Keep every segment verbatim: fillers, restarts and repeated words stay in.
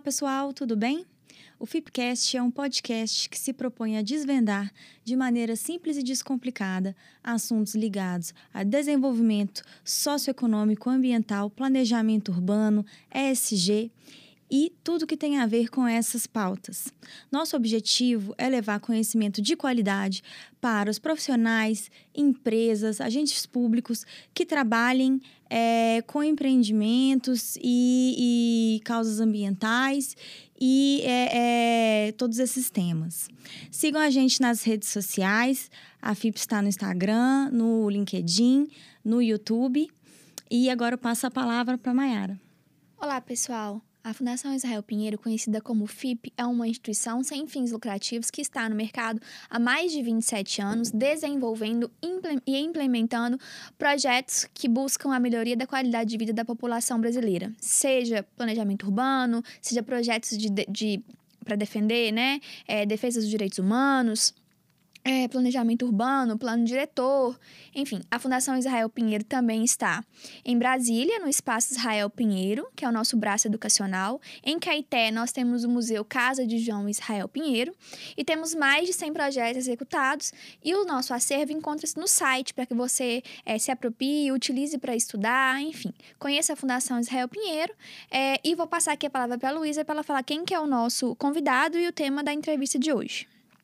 pessoal, tudo bem? O Fipcast é um podcast que se propõe a desvendar, de maneira simples e descomplicada, assuntos ligados a desenvolvimento socioeconômico, ambiental, planejamento urbano, E S G e tudo que tem a ver com essas pautas. Nosso objetivo é levar conhecimento de qualidade para os profissionais, empresas, agentes públicos que trabalhem é, com empreendimentos e, e causas ambientais e é, é, todos esses temas. Sigam a gente nas redes sociais, a F I P está no Instagram, no LinkedIn, no YouTube. E agora eu passo a palavra para a Mayara. Olá, pessoal! A Fundação Israel Pinheiro, conhecida como F I P, é uma instituição sem fins lucrativos que está no mercado há mais de vinte e sete anos, desenvolvendo e implementando projetos que buscam a melhoria da qualidade de vida da população brasileira, seja planejamento urbano, seja projetos de, de, para defender, né, é, defesa dos direitos humanos, É, planejamento urbano, plano diretor, enfim. A Fundação Israel Pinheiro também está em Brasília, no Espaço Israel Pinheiro, que é o nosso braço educacional. Em Caeté, nós temos o Museu Casa de João Israel Pinheiro e temos mais de cem projetos executados e o nosso acervo encontra-se no site para que você é, se aproprie, utilize para estudar, enfim. Conheça a Fundação Israel Pinheiro é, e vou passar aqui a palavra para a Luísa para ela falar quem que é o nosso convidado e o tema da entrevista de hoje.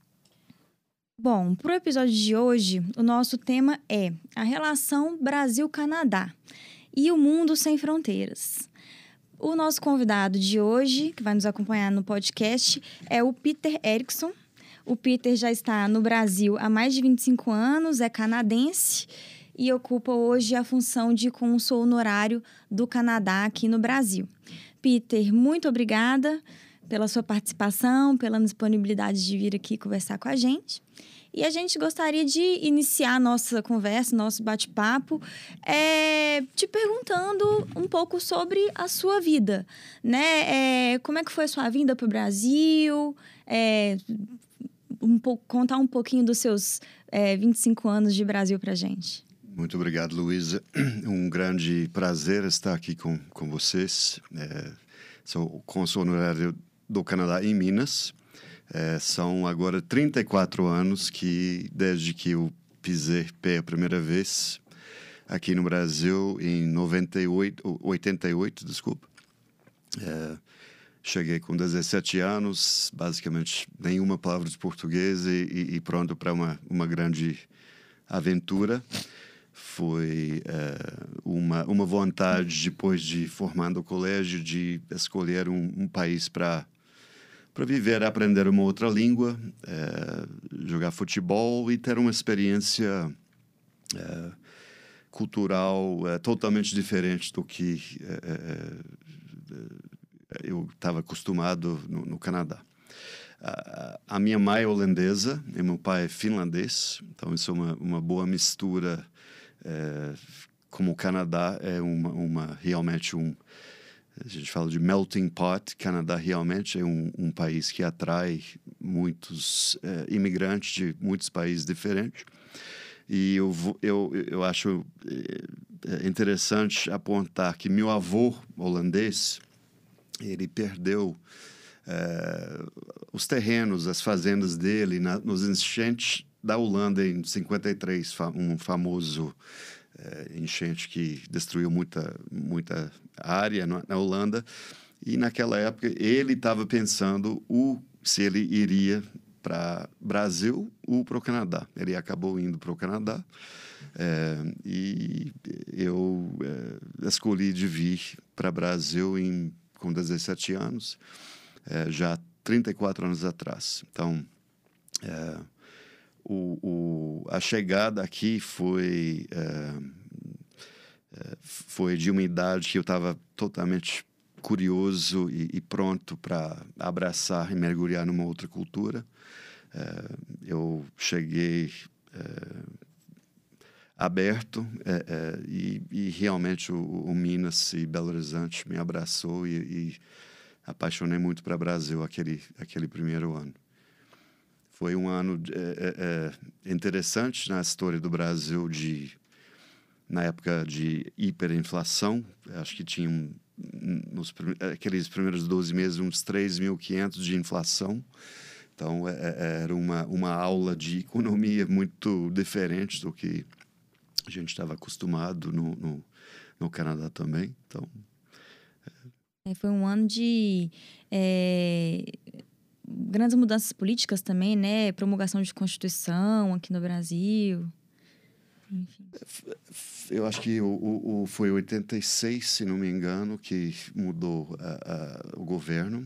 Bom, para o episódio de hoje, o nosso tema é a relação Brasil-Canadá e o mundo sem fronteiras. O nosso convidado de hoje, que vai nos acompanhar no podcast, é o Peter Erickson. O Peter já está no Brasil há mais de vinte e cinco anos, é canadense e ocupa hoje a função de cônsul honorário do Canadá aqui no Brasil. Peter, muito obrigada pela sua participação, pela disponibilidade de vir aqui conversar com a gente. E a gente gostaria de iniciar a nossa conversa, nosso bate-papo, é, te perguntando um pouco sobre a sua vida, né? É, como é que foi a sua vinda para o Brasil? É, um pouco, contar um pouquinho dos seus é, vinte e cinco anos de Brasil para a gente. Muito obrigado, Luísa. Um grande prazer estar aqui com, com vocês. É, sou o cônsul honorário do Canadá em Minas. É, são agora trinta e quatro anos que, desde que eu pisei pé a primeira vez aqui no Brasil, em noventa e oito, oitenta e oito, desculpa. É, cheguei com dezessete anos, basicamente nenhuma palavra de português e, e pronto para uma, uma grande aventura. Foi é, uma, uma vontade, depois de formando o colégio, de escolher um, um país para para viver, aprender uma outra língua, é, jogar futebol e ter uma experiência é, cultural é, totalmente diferente do que é, é, eu estava acostumado no, no Canadá. A, a minha mãe é holandesa e meu pai é finlandês, então isso é uma, uma boa mistura. É, como o Canadá é uma, uma realmente um... A gente fala de melting pot. Canadá realmente é um, um país que atrai muitos é, imigrantes de muitos países diferentes. E eu, eu, eu acho é, interessante apontar que meu avô holandês, ele perdeu é, os terrenos, as fazendas dele na, nos enchentes da Holanda em cinquenta e três, um famoso É, enchente que destruiu muita, muita área na, na Holanda. E naquela época ele estava pensando o, se ele iria para o Brasil ou para o Canadá. Ele acabou indo para o Canadá é, e eu é, escolhi de vir para o Brasil em, com dezessete anos, é, já trinta e quatro anos atrás. Então, é, O, o, a chegada aqui foi, é, é, foi de uma idade que eu estava totalmente curioso e, e pronto para abraçar e mergulhar numa outra cultura. É, eu cheguei é, aberto é, é, e, e realmente o, o Minas e Belo Horizonte me abraçou e, e apaixonei muito para o Brasil aquele, aquele primeiro ano. Foi um ano é, é, interessante na história do Brasil, de, na época de hiperinflação. Acho que tinha um nos prime- aqueles primeiros doze meses, uns três mil e quinhentos de inflação. Então, é, era uma, uma aula de economia muito diferente do que a gente estava acostumado no, no, no Canadá também. Então, É, foi um ano de é, grandes mudanças políticas também, né? Promulgação de Constituição aqui no Brasil. Enfim. eu acho que o, o, o- foi oitenta e seis, se não me engano, que mudou a, a, o governo.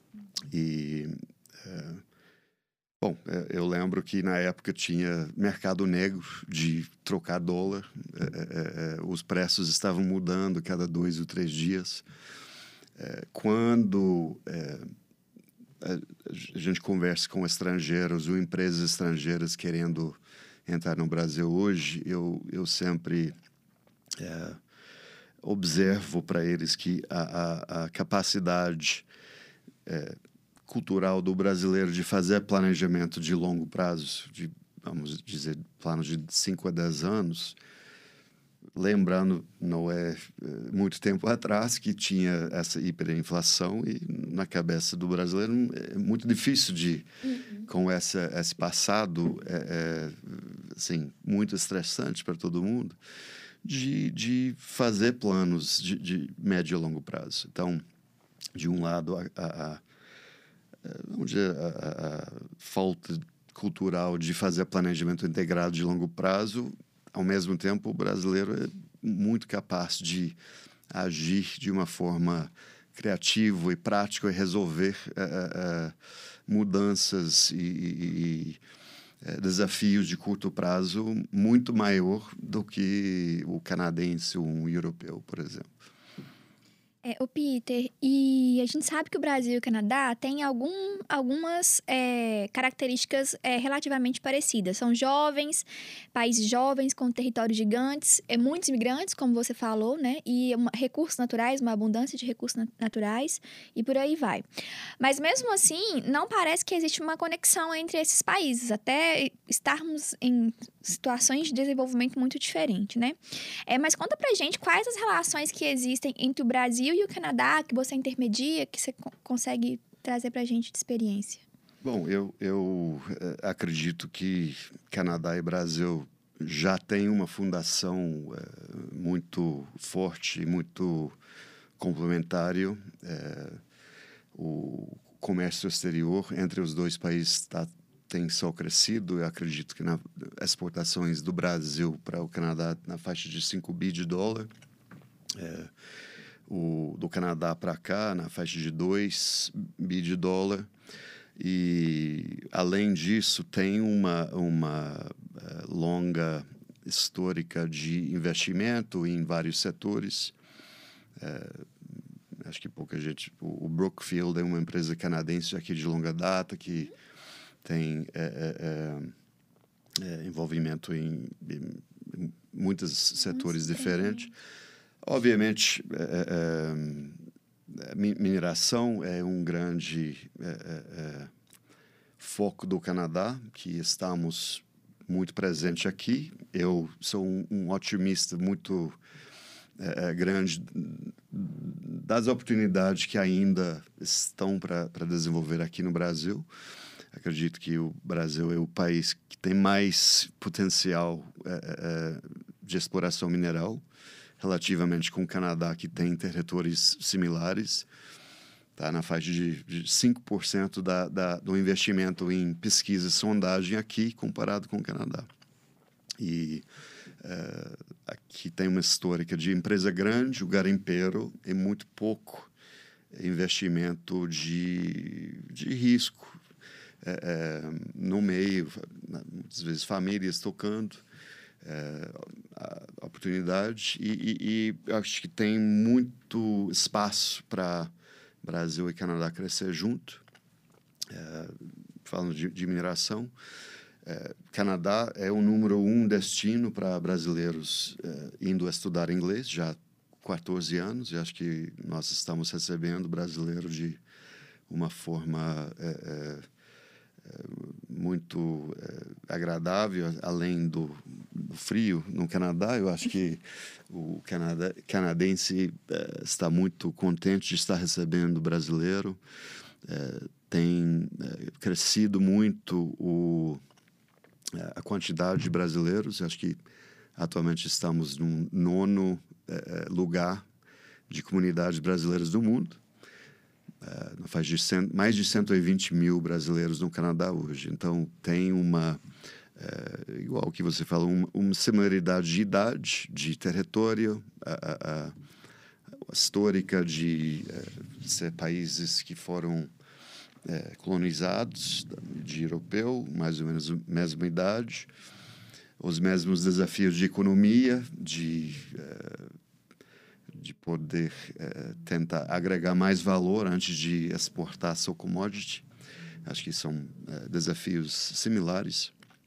E, é, bom, é, eu lembro que na época tinha mercado negro de trocar dólar. É, é, é, os preços estavam mudando cada dois ou três dias. É, quando é, a, a gente conversa com estrangeiros ou empresas estrangeiras querendo entrar no Brasil hoje, eu, eu sempre é, observo para eles que a, a, a capacidade é, cultural do brasileiro de fazer planejamento de longo prazo, de, vamos dizer, planos de cinco a dez anos, lembrando, não é, é muito tempo atrás que tinha essa hiperinflação e na cabeça do brasileiro é muito difícil de, uhum. com essa, esse passado, é, é, assim, muito estressante para todo mundo, de, de fazer planos de, de médio e longo prazo. Então, de um lado, a, a, a, vamos dizer, a, a, a falta cultural de fazer planejamento integrado de longo prazo. Ao mesmo tempo, o brasileiro é muito capaz de agir de uma forma criativa e prática e resolver uh, uh, mudanças e, e uh, desafios de curto prazo muito maior do que o canadense ou um europeu, por exemplo. É, o Peter, e a gente sabe que o Brasil e o Canadá têm algum, algumas é, características é, relativamente parecidas. São jovens, países jovens, com territórios gigantes, é, muitos imigrantes, como você falou, né? E uma, recursos naturais, uma abundância de recursos na- naturais, e por aí vai. Mas mesmo assim, não parece que existe uma conexão entre esses países, até estarmos em situações de desenvolvimento muito diferentes, né? É, mas conta pra gente quais as relações que existem entre o Brasil e o Canadá, que você intermedia, que você co- consegue trazer pra gente de experiência. Bom, eu, eu eh, acredito que Canadá e Brasil já têm uma fundação eh, muito forte, muito complementário. Eh, o comércio exterior entre os dois países tá, tem só crescido. Eu acredito que nas exportações do Brasil para o Canadá na faixa de cinco bi de dólar. Eh, o, do Canadá para cá na faixa de dois bi de dólar. E, além disso, tem uma, uma uh, longa histórica de investimento em vários setores. Uh, acho que pouca gente... O, o Brookfield é uma empresa canadense aqui de longa data que tem é, é, é, envolvimento em, em, em muitos setores Nossa, diferentes. É. Obviamente, é, é, mineração é um grande é, é, foco do Canadá, que estamos muito presente aqui. Eu sou um, um otimista muito é, grande das oportunidades que ainda estão para desenvolver aqui no Brasil. Acredito que o Brasil é o país que tem mais potencial é, é, de exploração mineral, relativamente com o Canadá, que tem territórios similares. Está na faixa de, de cinco por cento da, da, do investimento em pesquisa e sondagem aqui, comparado com o Canadá. E é, aqui tem uma histórica de empresa grande, o garimpeiro, e muito pouco investimento de, de risco. É, é, no meio, muitas vezes famílias tocando é, a oportunidade e, e, e acho que tem muito espaço para Brasil e Canadá crescer junto. É, falando de, de mineração, é, Canadá é o número um destino para brasileiros é, indo estudar inglês já há quatorze anos, e acho que nós estamos recebendo brasileiros de uma forma é, é, muito é, agradável, além do, do frio no Canadá. Eu acho que o Canadá, canadense uh, está muito contente de estar recebendo o brasileiro. Uh, tem uh, crescido muito o, uh, a quantidade de brasileiros. Eu acho que atualmente estamos no nono uh, lugar de comunidades brasileiras do mundo. Uh, não faz de cento, mais de cento e vinte mil brasileiros no Canadá hoje. Então, tem uma, uh, igual que você falou, uma, uma similaridade de idade, de território, a, a, a histórica de uh, ser países que foram uh, colonizados, de europeu, mais ou menos a mesma idade, os mesmos desafios de economia, de... Uh, de poder uh, tentar agregar mais valor antes de exportar seu commodity. Acho que são uh, desafios similares.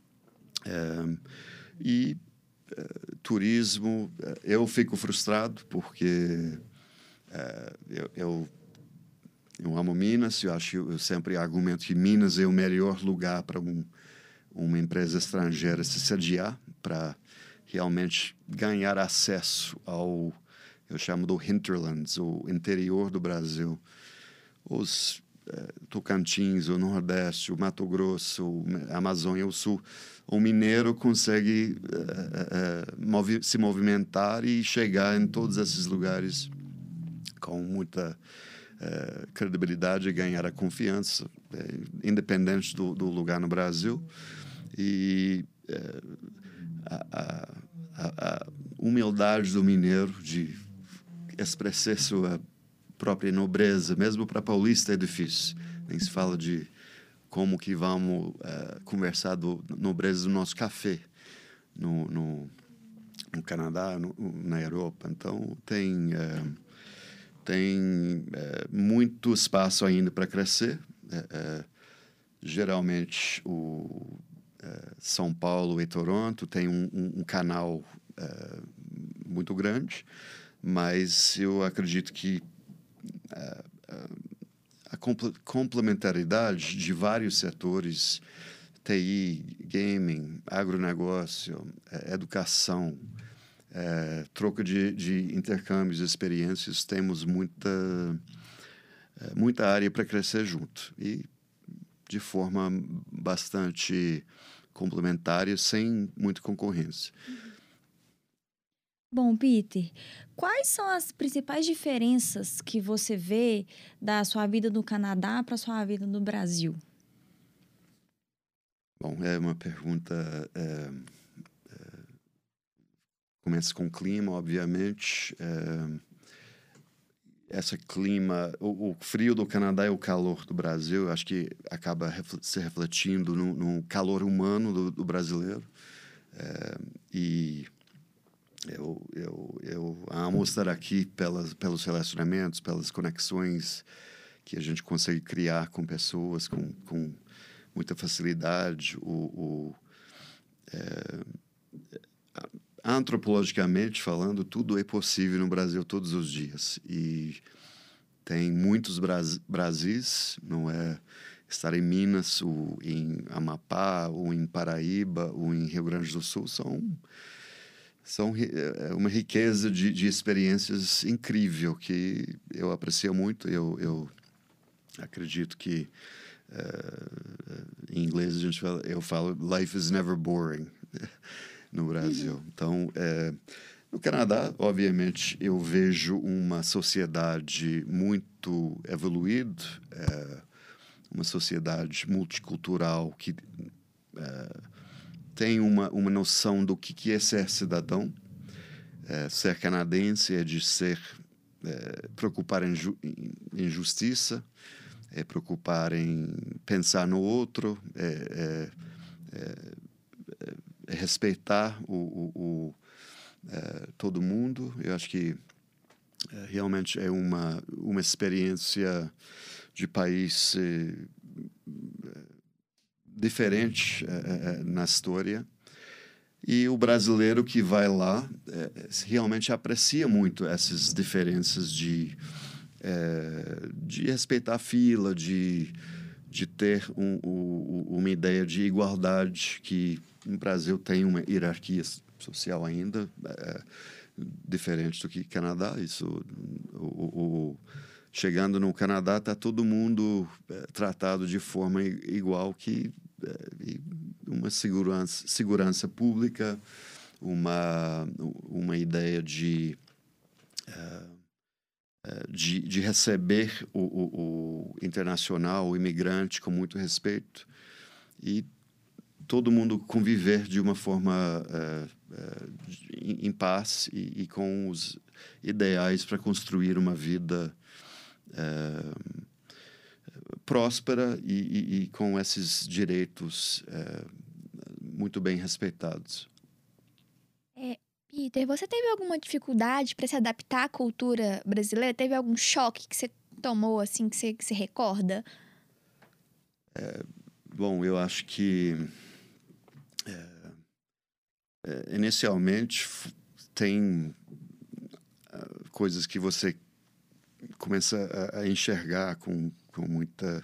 Uh, e uh, turismo, uh, eu fico frustrado porque uh, eu, eu, eu amo Minas. Eu acho, eu sempre argumento que Minas é o melhor lugar para um, uma empresa estrangeira se sediar, para realmente ganhar acesso ao, eu chamo do hinterlands, o interior do Brasil. Os uh, Tocantins, o Nordeste, o Mato Grosso, a Amazônia, o Sul. O mineiro consegue uh, uh, movi- se movimentar e chegar em todos esses lugares com muita uh, credibilidade e ganhar a confiança, uh, independente do, do lugar no Brasil. E uh, a, a, a humildade do mineiro de expressar sua própria nobreza, mesmo para paulista é difícil. Nem se fala de como que vamos uh, conversar do nobreza do nosso café no, no, no Canadá, no, na Europa. Então, tem, uh, tem uh, muito espaço ainda para crescer. Uh, uh, geralmente, o uh, São Paulo e Toronto tem um, um, um canal uh, muito grande, mas eu acredito que uh, uh, a compl- complementaridade de vários setores, T I, gaming, agronegócio, uh, educação, uh, troca de, de intercâmbios, experiências, temos muita, uh, muita área para crescer junto e de forma bastante complementar, sem muita concorrência. Bom, Peter, quais são as principais diferenças que você vê da sua vida no Canadá para a sua vida no Brasil? Bom, é uma pergunta... É, é, começa com clima, obviamente. É, esse clima... O, o frio do Canadá e o calor do Brasil, acho que acaba refl- se refletindo no, no calor humano do, do brasileiro. É, e... Eu, eu, eu amo estar aqui pelas, pelos relacionamentos, pelas conexões que a gente consegue criar com pessoas com, com muita facilidade. O, o, é, antropologicamente falando, tudo é possível no Brasil todos os dias. E tem muitos Bras, Brasis, não é? Estar em Minas, ou em Amapá, ou em Paraíba, ou em Rio Grande do Sul, são... São uma riqueza de, de experiências incrível que eu aprecio muito. Eu, eu acredito que, uh, em inglês, a gente fala, eu falo life is never boring no Brasil. Uhum. Então, é, no Canadá, obviamente, eu vejo uma sociedade muito evoluída, é, uma sociedade multicultural que... É, tem uma, uma noção do que, que é ser cidadão. É, ser canadense é de ser... É, preocupar em, ju, em, em justiça, é preocupar em pensar no outro, é, é, é, é respeitar o, o, o, é, todo mundo. Eu acho que é, realmente é uma, uma experiência de país... É, diferente é, na história, e o brasileiro que vai lá é, realmente aprecia muito essas diferenças de, é, de respeitar a fila, de, de ter um, um, uma ideia de igualdade, que no Brasil tem uma hierarquia social ainda, é, diferente do que Canadá. Isso, o, o, chegando no Canadá, está todo mundo é, tratado de forma igual, que é, uma segurança, segurança pública, uma, uma ideia de, uh, de, de receber o, o, o internacional, o imigrante, com muito respeito, e todo mundo conviver de uma forma uh, uh, em, em paz e, e com os ideais para construir uma vida uh, próspera e, e, e com esses direitos uh, muito bem respeitados. É, Peter, você teve alguma dificuldade para se adaptar à cultura brasileira? Teve algum choque que você tomou, assim, que você, que você recorda? É, bom, eu acho que é, é, inicialmente tem uh, coisas que você começa a, a enxergar com, com muita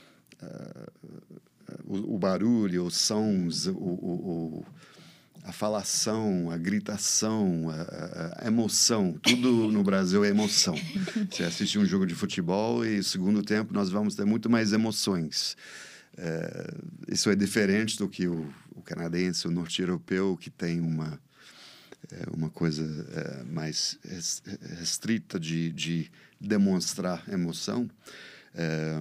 uh, o, o barulho, os sons, o, o, o a falação, a gritação, a, a emoção. Tudo no Brasil é emoção. Você assiste um jogo de futebol e, no segundo tempo, nós vamos ter muito mais emoções. É, isso é diferente do que o, o canadense, o norte-europeu, que tem uma, é, uma coisa é, mais restrita de, de demonstrar emoção. É,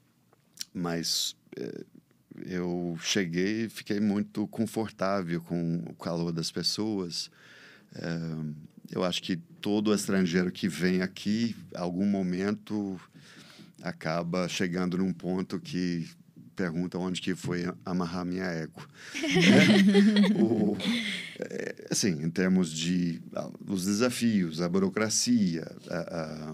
mas... É, eu cheguei e fiquei muito confortável com o calor das pessoas. É, eu acho que todo estrangeiro que vem aqui, em algum momento, acaba chegando num ponto que pergunta onde que foi amarrar minha égua. É, o, é, assim, em termos de os desafios, a burocracia, a, a,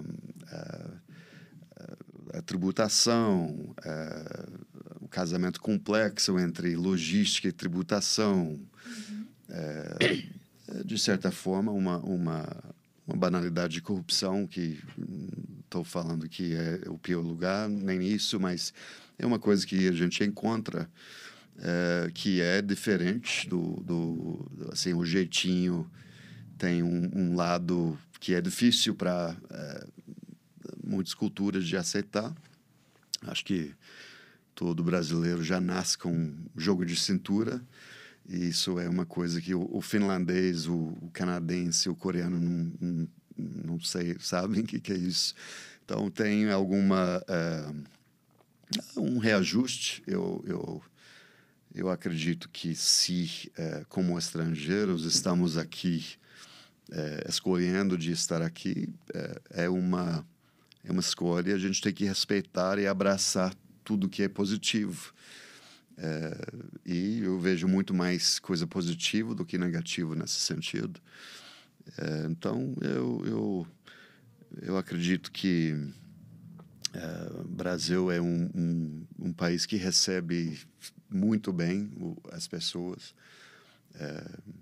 a, a tributação, a, o casamento complexo entre logística e tributação, uhum. é, de certa forma, uma, uma, uma banalidade de corrupção, que estou falando que é o pior lugar, nem isso, mas é uma coisa que a gente encontra é, que é diferente do, do assim, o jeitinho tem um, um lado que é difícil para é, muitas culturas de aceitar. Acho que todo brasileiro já nasce com um jogo de cintura, e isso é uma coisa que o, o finlandês, o, o canadense, o coreano não, não, não sei, sabem o que, que é isso. Então, tem alguma... Uh, um reajuste. Eu, eu, eu acredito que se, uh, como estrangeiros, estamos aqui uh, escolhendo de estar aqui, uh, é, uma, é uma escolha, a gente tem que respeitar e abraçar tudo que é positivo. É, e eu vejo muito mais coisa positiva do que negativa nesse sentido. É, então, eu, eu, eu acredito que o é, Brasil é um, um, um país que recebe muito bem o, as pessoas. É,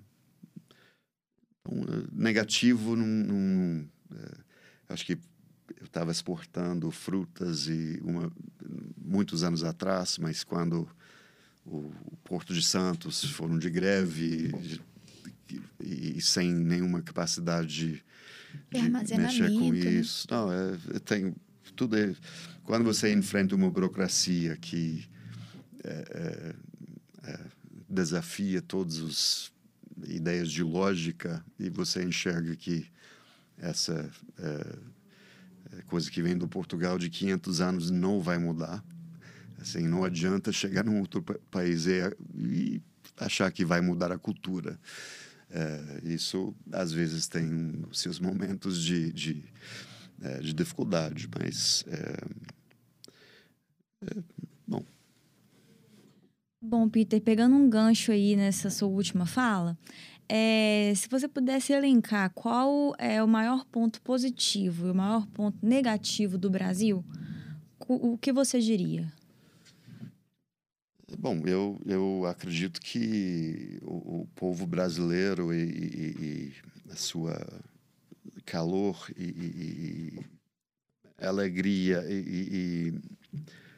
um, negativo, num, num, é, acho que eu estava exportando frutas e uma, muitos anos atrás, mas quando o, o Porto de Santos foram de greve e, e, e sem nenhuma capacidade de, de mexer com isso. Né? Não, é, tem, tudo é, quando você enfrenta uma burocracia que é, é, é, desafia todas as ideias de lógica, e você enxerga que essa... É, coisa que vem do Portugal de quinhentos anos não vai mudar. Assim, não adianta chegar num outro pa- país e, e achar que vai mudar a cultura. É, isso, às vezes, tem seus momentos de, de, é, de dificuldade, mas... É, é, bom. Bom, Peter, pegando um gancho aí nessa sua última fala... É, se você pudesse elencar qual é o maior ponto positivo e o maior ponto negativo do Brasil, o que você diria? Bom, eu, eu acredito que o, o povo brasileiro e, e, e a sua calor e, e, e alegria e, e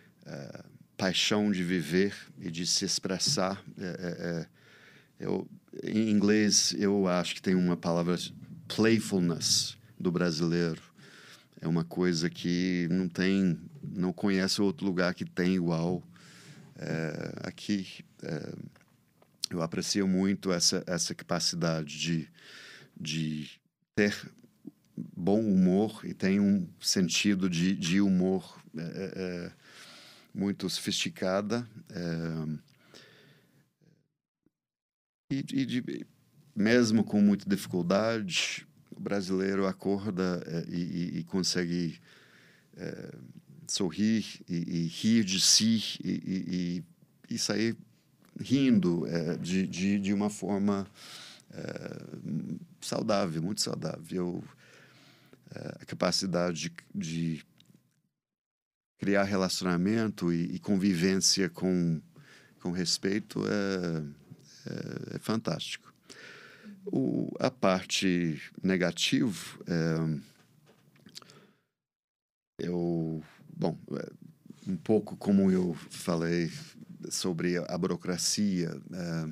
uh, paixão de viver e de se expressar, é, é, eu em inglês, eu acho que tem uma palavra playfulness do brasileiro. É uma coisa que não tem, não conhece outro lugar que tem igual. É, aqui, é, eu aprecio muito essa, essa capacidade de, de ter bom humor e tem um sentido de, de humor é, é, muito sofisticada. É, e, e de, mesmo com muita dificuldade, o brasileiro acorda é, e, e consegue é, sorrir e, e rir de si e, e, e sair rindo é, de, de, de uma forma é, saudável, muito saudável. É, a capacidade de, de criar relacionamento e, e convivência com, com respeito é, é, é fantástico. O, a parte negativa, é, eu, bom, é, um pouco como eu falei sobre a burocracia, é,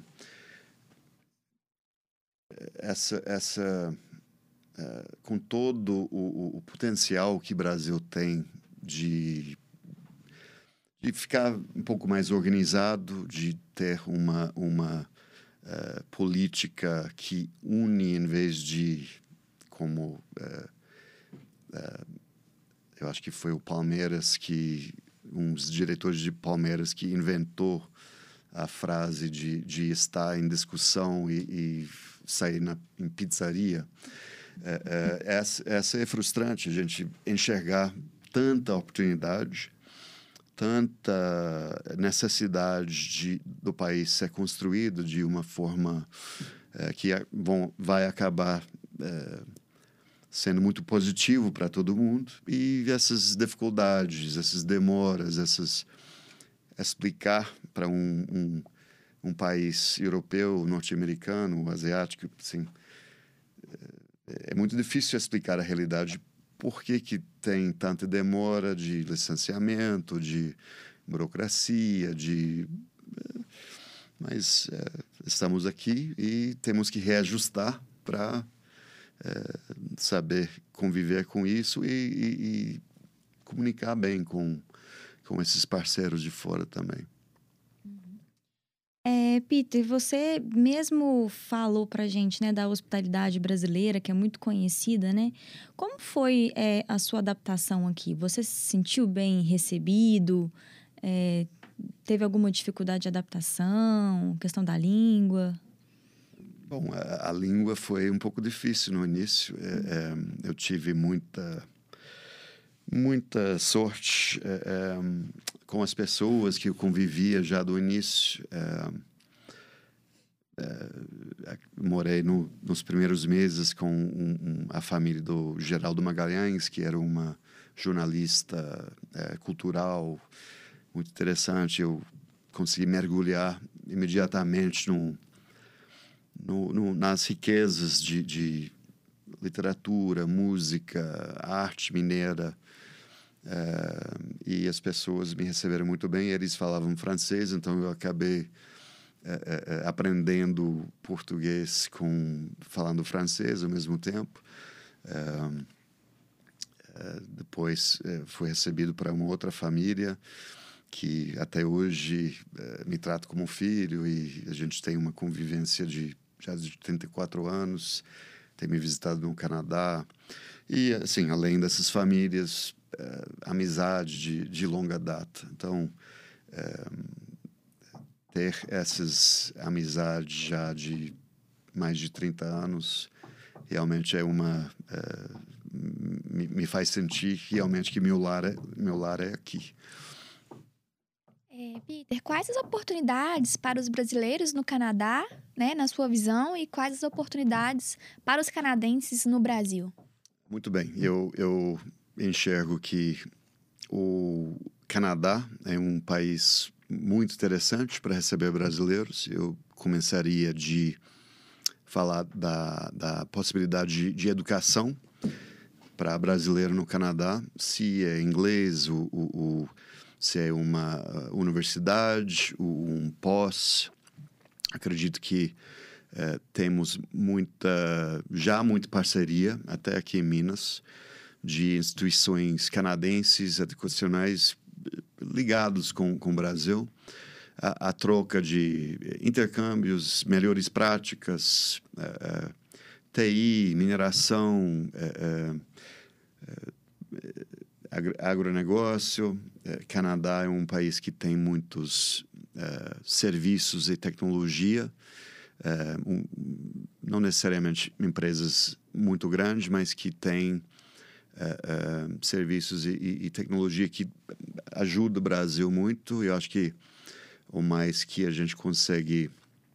essa, essa é, com todo o, o potencial que o Brasil tem de, de ficar um pouco mais organizado, de ter uma, uma Uh, política que une em vez de como uh, uh, eu acho que foi o Palmeiras que uns diretores de Palmeiras que inventou a frase de, de estar em discussão e, e sair na, em pizzaria. Uh, uh, essa, essa é frustrante, a gente enxergar tanta oportunidade, tanta necessidade de, do país ser construído de uma forma é, que bom, vai acabar é, sendo muito positivo para todo mundo. E essas dificuldades, essas demoras, essas explicar para um, um, um país europeu, norte-americano, asiático, assim, é, é muito difícil explicar a realidade. Por que que tem tanta demora de licenciamento, de burocracia, de... Mas é, estamos aqui e temos que reajustar para é, saber conviver com isso e, e, e comunicar bem com, com esses parceiros de fora também. É, Peter, você mesmo falou pra gente, né, da hospitalidade brasileira, que é muito conhecida, né? Como foi é, a sua adaptação aqui? Você se sentiu bem recebido? É, teve alguma dificuldade de adaptação? Questão da língua? Bom, a, a língua foi um pouco difícil no início. É, é, eu tive muita... muita sorte é, é, com as pessoas que eu convivia já do início. É, é, morei no, nos primeiros meses com um, um, a família do Geraldo Magalhães, que era uma jornalista é, cultural muito interessante. Eu consegui mergulhar imediatamente no, no, no, nas riquezas de, de literatura, música, arte mineira. Uh, e as pessoas me receberam muito bem. Eles falavam francês, então eu acabei uh, uh, aprendendo português com falando francês ao mesmo tempo. Uh, uh, depois uh, fui recebido para uma outra família que até hoje uh, me trata como filho e a gente tem uma convivência de já de trinta e quatro anos. Tem me visitado no Canadá e assim, além dessas famílias, Uh, amizade de, de longa data. Então, uh, ter essas amizades já de mais de trinta anos realmente é uma... Uh, me, me faz sentir realmente que meu lar é, meu lar é aqui. É, Peter, quais as oportunidades para os brasileiros no Canadá, né, na sua visão, e quais as oportunidades para os canadenses no Brasil? Muito bem. Eu... eu enxergo que o Canadá é um país muito interessante para receber brasileiros. Eu começaria de falar da, da possibilidade de, de educação para brasileiro no Canadá, se é inglês, o, o, o, se é uma universidade, um pós. Acredito que É, temos muita, já muita parceria, até aqui em Minas, de instituições canadenses, educacionais, ligados com, com o Brasil. A, a troca de intercâmbios, melhores práticas, é, T I, mineração, é, é, agronegócio. É, Canadá é um país que tem muitos é, serviços e tecnologia. É, um, não necessariamente empresas muito grandes, mas que têm é, é, serviços e, e, e tecnologia que ajuda o Brasil muito. Eu acho que o mais que a gente consegue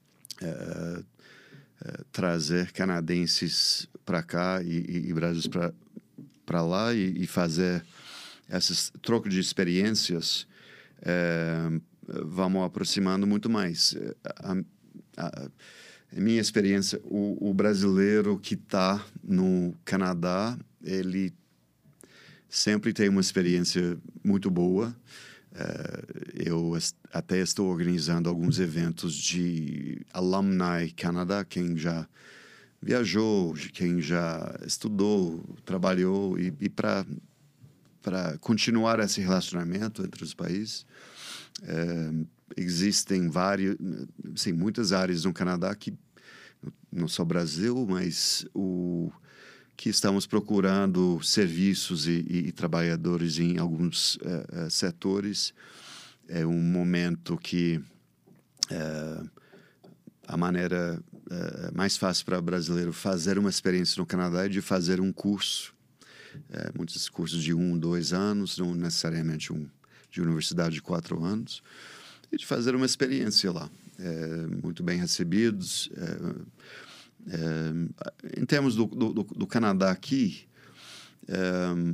é, é, trazer canadenses para cá e, e, e brasileiros para lá e, e fazer essas trocas de experiências, é, vamos aproximando muito mais. A, a, a minha experiência, o, o brasileiro que está no Canadá, ele sempre tem uma experiência muito boa. Uh, eu est- até estou organizando alguns eventos de Alumni Canadá, quem já viajou, quem já estudou, trabalhou, e, e para para continuar esse relacionamento entre os países. Uh, existem vários, sim, muitas áreas no Canadá que, não só Brasil, mas o que estamos procurando serviços e, e, e trabalhadores em alguns uh, uh, setores. É um momento que uh, a maneira uh, mais fácil para o brasileiro fazer uma experiência no Canadá é de fazer um curso. Uh, muitos cursos de um, dois anos, não necessariamente um de universidade de quatro anos, e de fazer uma experiência lá. Uh, muito bem recebidos. Uh, É, em termos do, do, do Canadá aqui, é,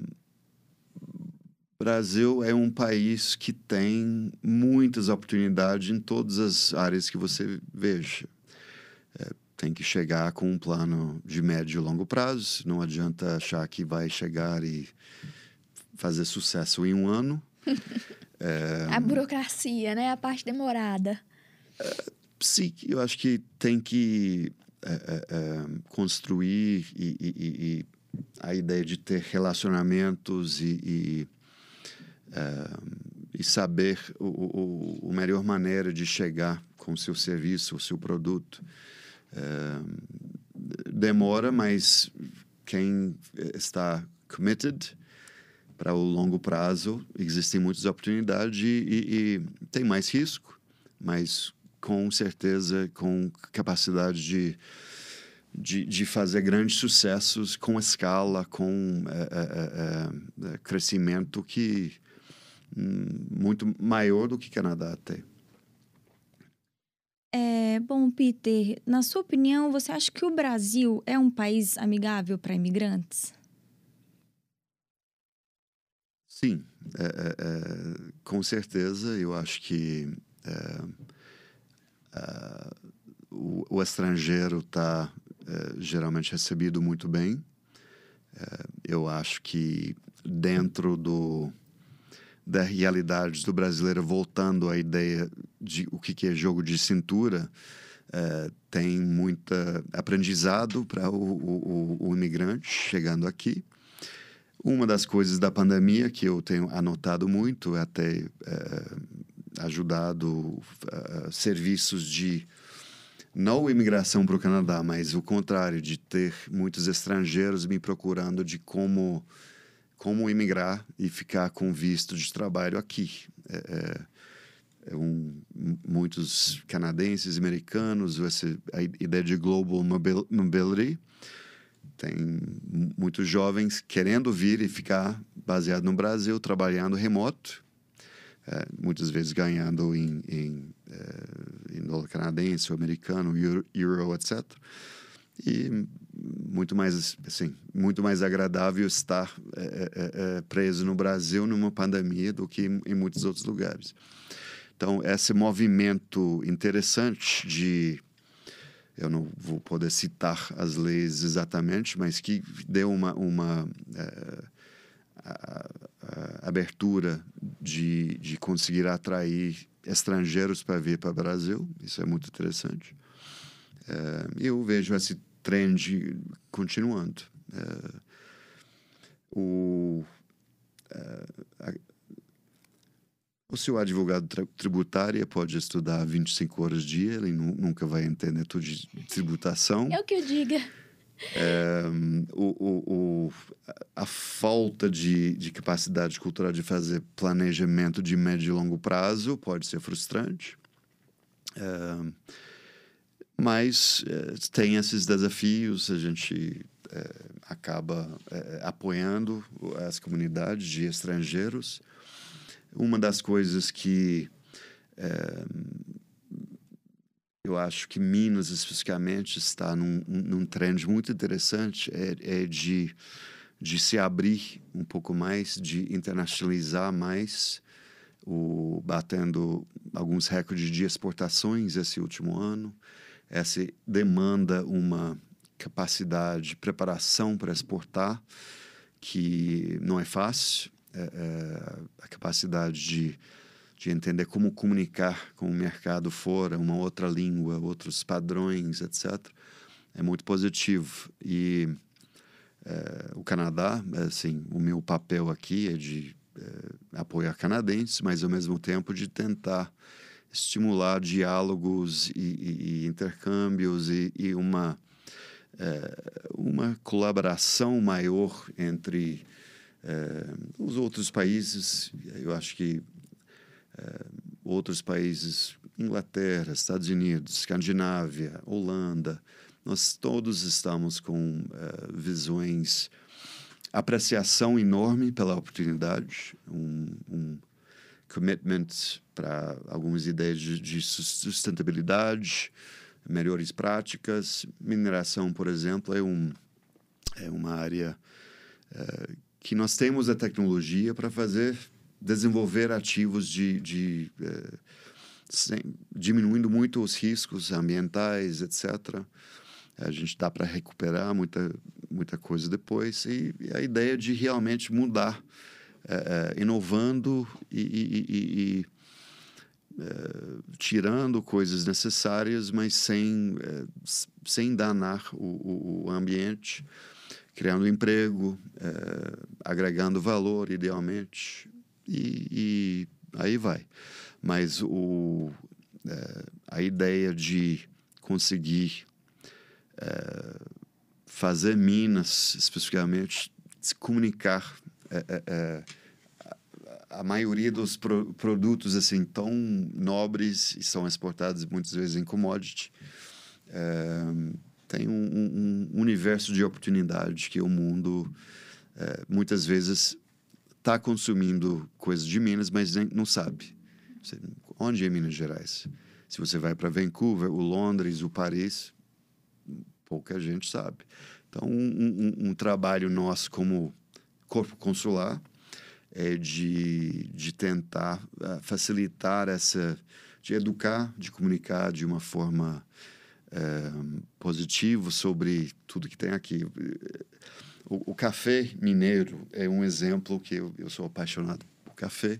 Brasil é um país que tem muitas oportunidades em todas as áreas que você veja. É, tem que chegar com um plano de médio e longo prazo. Não adianta achar que vai chegar e fazer sucesso em um ano. É, a burocracia, né? A parte demorada. É, sim, eu acho que tem que É, é, é, construir e, e, e a ideia de ter relacionamentos e, e, é, e saber o, o, o melhor maneira de chegar com o seu serviço, o seu produto. É, demora, mas quem está committed para o longo prazo, existem muitas oportunidades e, e, e tem mais risco, mas com certeza, com capacidade de, de, de fazer grandes sucessos com escala, com é, é, é, crescimento que hum, muito maior do que o Canadá tem. É, bom, Peter, na sua opinião, você acha que o Brasil é um país amigável para imigrantes? Sim, é, é, com certeza. Eu acho que é, Uh, o, o estrangeiro está uh, geralmente recebido muito bem. Uh, eu acho que dentro do, da realidade do brasileiro, voltando à ideia de o que, que é jogo de cintura, uh, tem muito aprendizado para o, o, o imigrante chegando aqui. Uma das coisas da pandemia que eu tenho anotado muito é ter uh, ajudado uh, serviços de não imigração para o Canadá, mas o contrário, de ter muitos estrangeiros me procurando de como, como imigrar e ficar com visto de trabalho aqui. É, é um, muitos canadenses, americanos, essa, a ideia de global mobility. Tem muitos jovens querendo vir e ficar baseado no Brasil, trabalhando remoto, é, muitas vezes ganhando em, em, é, em dólar canadense, ou americano, euro, euro, etcétera. E muito mais, assim, muito mais agradável estar é, é, é, preso no Brasil numa pandemia do que em, em muitos outros lugares. Então, esse movimento interessante de... Eu não vou poder citar as leis exatamente, mas que deu uma, uma é, a, a abertura de, de conseguir atrair estrangeiros para vir para o Brasil. Isso é muito interessante. É, eu vejo esse trend continuando. É, o, é, a, o seu advogado tributário pode estudar vinte e cinco horas dia, ele nu, nunca vai entender tudo de tributação. Eu que o diga. É, o, o, o, a falta de, de capacidade cultural de fazer planejamento de médio e longo prazo pode ser frustrante. É, mas é, tem esses desafios, a gente é, acaba é, apoiando as comunidades de estrangeiros. Uma das coisas que é, eu acho que Minas, especificamente, está num, num trend muito interessante, é, é de, de se abrir um pouco mais, de internacionalizar mais, o, batendo alguns recordes de exportações esse último ano. Essa demanda uma capacidade de preparação para exportar, que não é fácil. É, é, a capacidade de, de entender como comunicar com o mercado fora, uma outra língua, outros padrões, etcétera, é muito positivo. E é, o Canadá, assim, o meu papel aqui é de é, apoiar canadenses, mas ao mesmo tempo de tentar estimular diálogos e, e, e intercâmbios e, e uma, é, uma colaboração maior entre é, os outros países. Eu acho que é, outros países, Inglaterra, Estados Unidos, Escandinávia, Holanda, nós todos estamos com é, visões, apreciação enorme pela oportunidade, um, um commitment para algumas ideias de, de sustentabilidade, melhores práticas. Mineração, por exemplo, é, um, é uma área é, que nós temos a tecnologia para fazer, desenvolver ativos de, de é, sem, diminuindo muito os riscos ambientais, etcétera. A gente dá para recuperar muita, muita coisa depois. E, e a ideia de realmente mudar, é, é, inovando e, e, e, e é, tirando coisas necessárias, mas sem, é, sem danar o, o ambiente, criando emprego, é, agregando valor, idealmente, e, e aí vai. Mas o, é, a ideia de conseguir é, fazer Minas, especificamente, se comunicar, é, é, é, a, a maioria dos pro, produtos assim tão nobres e são exportados muitas vezes em commodity, é, tem um, um, um universo de oportunidade que o mundo é, muitas vezes está consumindo coisas de Minas, mas nem, não sabe. Você, onde é Minas Gerais? Se você vai para Vancouver, o Londres, o Paris, pouca gente sabe. Então, um, um, um trabalho nosso como corpo consular é de, de tentar uh, facilitar essa, de educar, de comunicar de uma forma uh, positiva sobre tudo que tem aqui. O, o café mineiro é um exemplo que eu, eu sou apaixonado por café.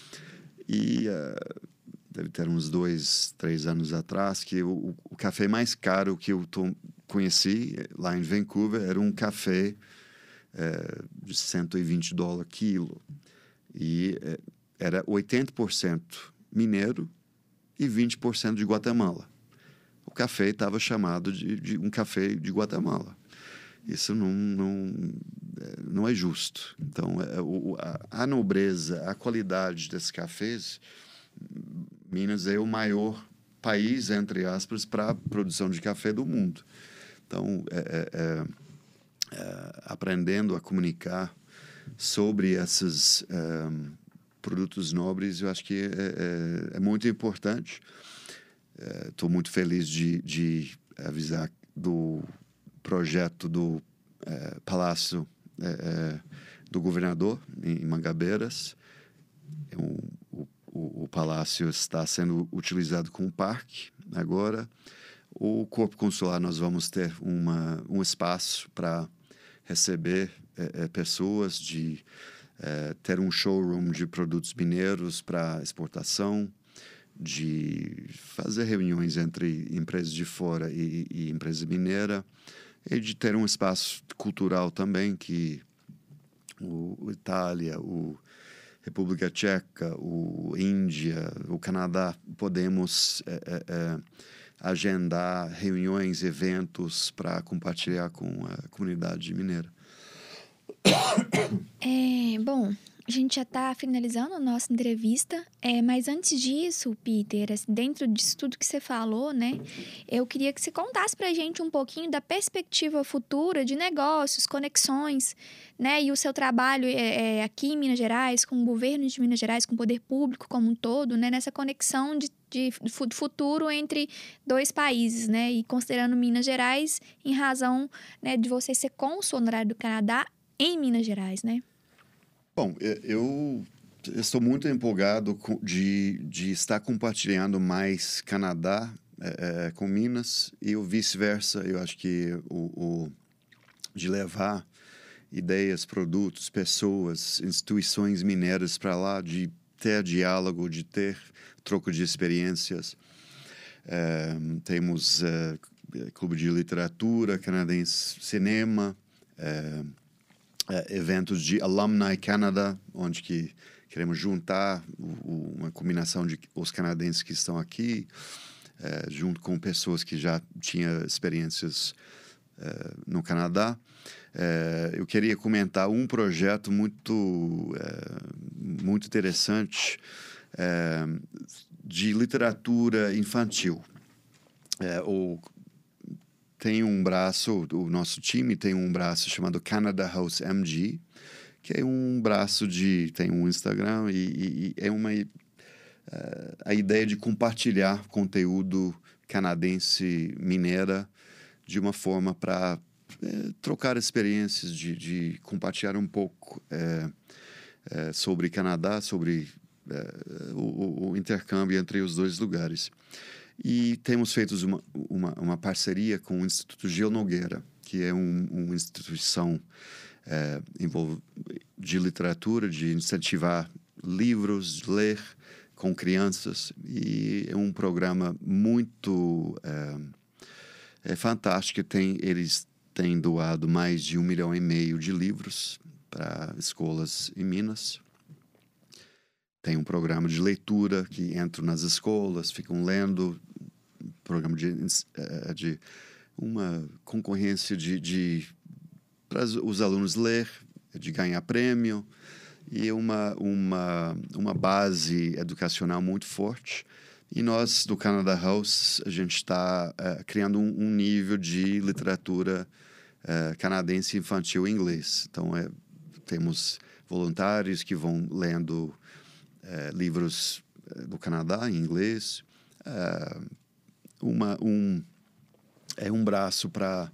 E uh, deve ter uns dois, três anos atrás, que o, o café mais caro que eu tô, conheci lá em Vancouver era um café uh, de cento e vinte dólares quilo. E uh, era oitenta por cento mineiro e vinte por cento de Guatemala. O café estava chamado de, de um café de Guatemala. Isso não, não, não é justo. Então, a, a nobreza, a qualidade desses cafés, Minas é o maior país, entre aspas, para a produção de café do mundo. Então, é, é, é, aprendendo a comunicar sobre esses é, produtos nobres, eu acho que é, é, é muito importante. Estou é, muito feliz de, de avisar do projeto do é, Palácio é, do Governador, em Mangabeiras. É um, o, o, o palácio está sendo utilizado como parque agora. O Corpo Consular, nós vamos ter uma, um espaço para receber é, é, pessoas, de é, ter um showroom de produtos mineiros para exportação, de fazer reuniões entre empresas de fora e, e empresa mineira, e de ter um espaço cultural também que o, o Itália, o República Tcheca, o Índia, o Canadá, podemos é, é, agendar reuniões, eventos para compartilhar com a comunidade mineira. É, bom, a gente já está finalizando a nossa entrevista, é, mas antes disso, Peter, dentro disso tudo que você falou, né, eu queria que você contasse para a gente um pouquinho da perspectiva futura de negócios, conexões, né, e o seu trabalho é, é, aqui em Minas Gerais, com o governo de Minas Gerais, com o poder público como um todo, né, nessa conexão de, de futuro entre dois países, né, e considerando Minas Gerais em razão, né, de você ser cônsul honorário do Canadá em Minas Gerais, né? Bom, eu estou muito empolgado de, de estar compartilhando mais Canadá é, com Minas e o vice-versa. Eu acho que o, o, de levar ideias, produtos, pessoas, instituições mineiras para lá, de ter diálogo, de ter troco de experiências. É, temos é, Clube de Literatura Canadense, Cinema, é, Uh, eventos de Alumni Canada, onde que queremos juntar o, o, uma combinação de os canadenses que estão aqui, uh, junto com pessoas que já tinham experiências uh, no Canadá. Uh, eu queria comentar um projeto muito, uh, muito interessante uh, de literatura infantil. Uh, ou Tem um braço, o nosso time tem um braço chamado Canada House M G, que é um braço de... tem um Instagram e, e, e é uma... Uh, a ideia de compartilhar conteúdo canadense mineira de uma forma para uh, trocar experiências, de, de compartilhar um pouco uh, uh, sobre Canadá, sobre uh, o, o intercâmbio entre os dois lugares. E temos feito uma, uma, uma parceria com o Instituto Gil Nogueira, que é um, uma instituição é, de literatura, de incentivar livros, de ler com crianças. E é um programa muito é, é fantástico. Tem, eles têm doado mais de um milhão e meio de livros para escolas em Minas. Tem um programa de leitura que entram nas escolas, ficam lendo, programa de, de uma concorrência de, de para os alunos ler, de ganhar prêmio, e uma, uma, uma base educacional muito forte. E nós, do Canada House, a gente está uh, criando um, um nível de literatura uh, canadense infantil em inglês. Então, é, temos voluntários que vão lendo Uh, livros uh, do Canadá em inglês, uh, uma, um, é um braço para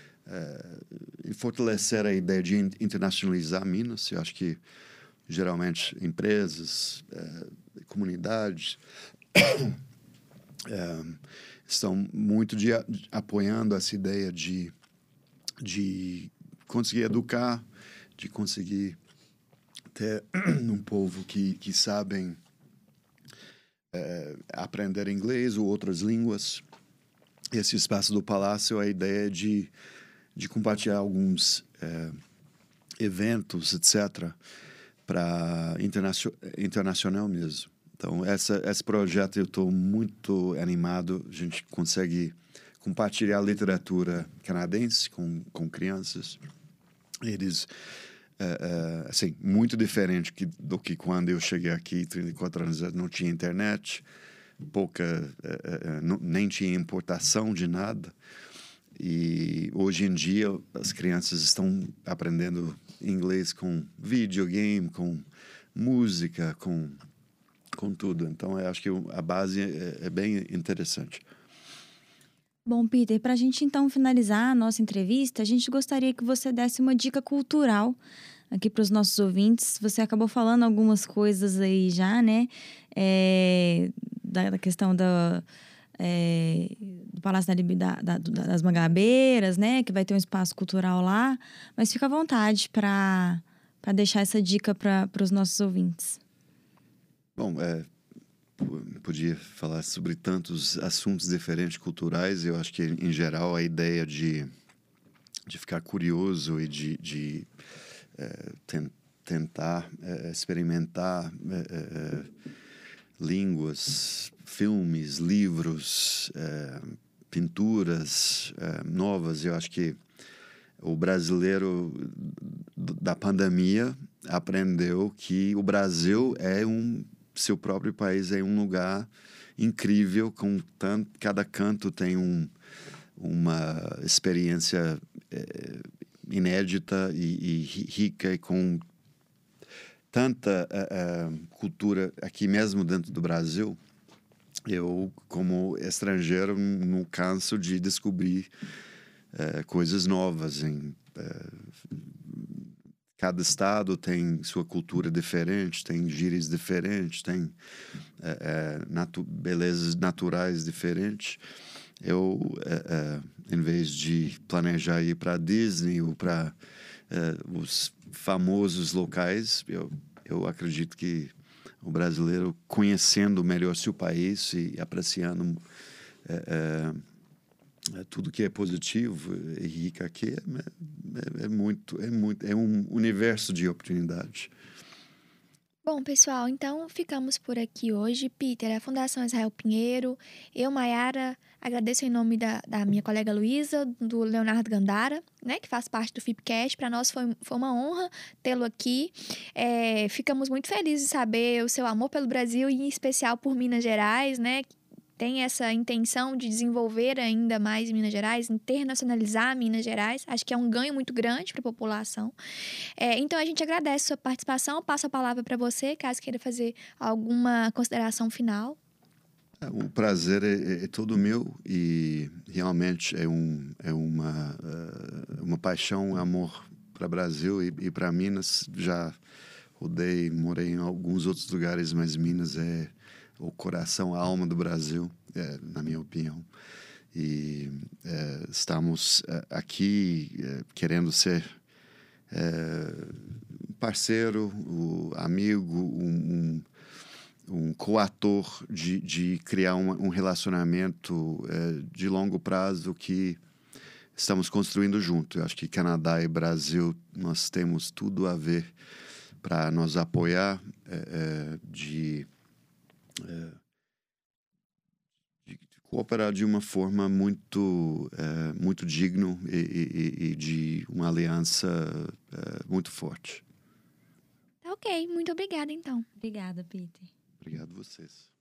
uh, fortalecer a ideia de internacionalizar Minas. Eu acho que, geralmente, empresas, uh, comunidades uh, estão muito de, de, apoiando essa ideia de, de conseguir educar, de conseguir ter um povo que, que sabem é, aprender inglês ou outras línguas. Esse espaço do Palácio, a ideia é de, de compartilhar alguns é, eventos, etcétera, para internacio, internacional mesmo. Então, essa, esse projeto eu estou muito animado. A gente consegue compartilhar literatura canadense com, com crianças. Eles... Uh, uh, assim, muito diferente que, do que quando eu cheguei aqui, trinta e quatro anos, não tinha internet, pouca, uh, uh, não, nem tinha importação de nada. E hoje em dia as crianças estão aprendendo inglês com videogame, com música, com, com tudo. Então, eu acho que a base é, é bem interessante. Bom, Peter, para a gente então finalizar a nossa entrevista, a gente gostaria que você desse uma dica cultural aqui para os nossos ouvintes. Você acabou falando algumas coisas aí já, né? É, da, da questão da, é, do Palácio da, da, das Mangabeiras, né? Que vai ter um espaço cultural lá. Mas fica à vontade para deixar essa dica para os nossos ouvintes. Bom, é, podia falar sobre tantos assuntos diferentes culturais. Eu acho que, em geral, a ideia de, de ficar curioso e de, de é, ten, tentar é, experimentar é, é, línguas, filmes, livros, é, pinturas é, novas. Eu acho que o brasileiro da pandemia aprendeu que o Brasil é um seu próprio país, é um lugar incrível, com tanto, cada canto tem um, uma experiência é, inédita e, e rica, e com tanta uh, uh, cultura aqui mesmo dentro do Brasil. Eu, como estrangeiro, não canso de descobrir uh, coisas novas. Em, uh, cada estado tem sua cultura diferente, tem gírias diferentes, tem uh, uh, natu belezas naturais diferentes. Eu, uh, uh, em vez de planejar ir para a Disney ou para uh, os famosos locais, eu, eu acredito que o brasileiro, conhecendo melhor seu país e apreciando uh, uh, tudo que é positivo e rico aqui, é, é, é muito, é muito, é um universo de oportunidades. Bom, pessoal, então ficamos por aqui hoje. Peter, a Fundação Israel Pinheiro, eu, Maiara, agradeço em nome da, da minha colega Luísa, do Leonardo Gandara, né, que faz parte do FIPCast. Para nós foi, foi uma honra tê-lo aqui. É, ficamos muito felizes de saber o seu amor pelo Brasil e, em especial, por Minas Gerais, né? Tem essa intenção de desenvolver ainda mais Minas Gerais, internacionalizar Minas Gerais. Acho que é um ganho muito grande para a população. É, então, a gente agradece a sua participação. Passo a palavra para você, caso queira fazer alguma consideração final. O prazer é, é todo meu e realmente é, um, é uma, uma paixão, um amor para o Brasil e, e para Minas. Já rodei, morei em alguns outros lugares, mas Minas é o coração, a alma do Brasil, é, na minha opinião. E é, estamos é, aqui é, querendo ser é, um parceiro, um amigo, um, um, um coator de, de criar um, um relacionamento é, de longo prazo que estamos construindo junto. Eu acho que Canadá e Brasil, nós temos tudo a ver para nos apoiar é, é, de... É, de cooperar de uma forma muito, é, muito digno e, e, e de uma aliança é, muito forte. Tá ok, muito obrigada então. Obrigada, Peter. Obrigado a vocês.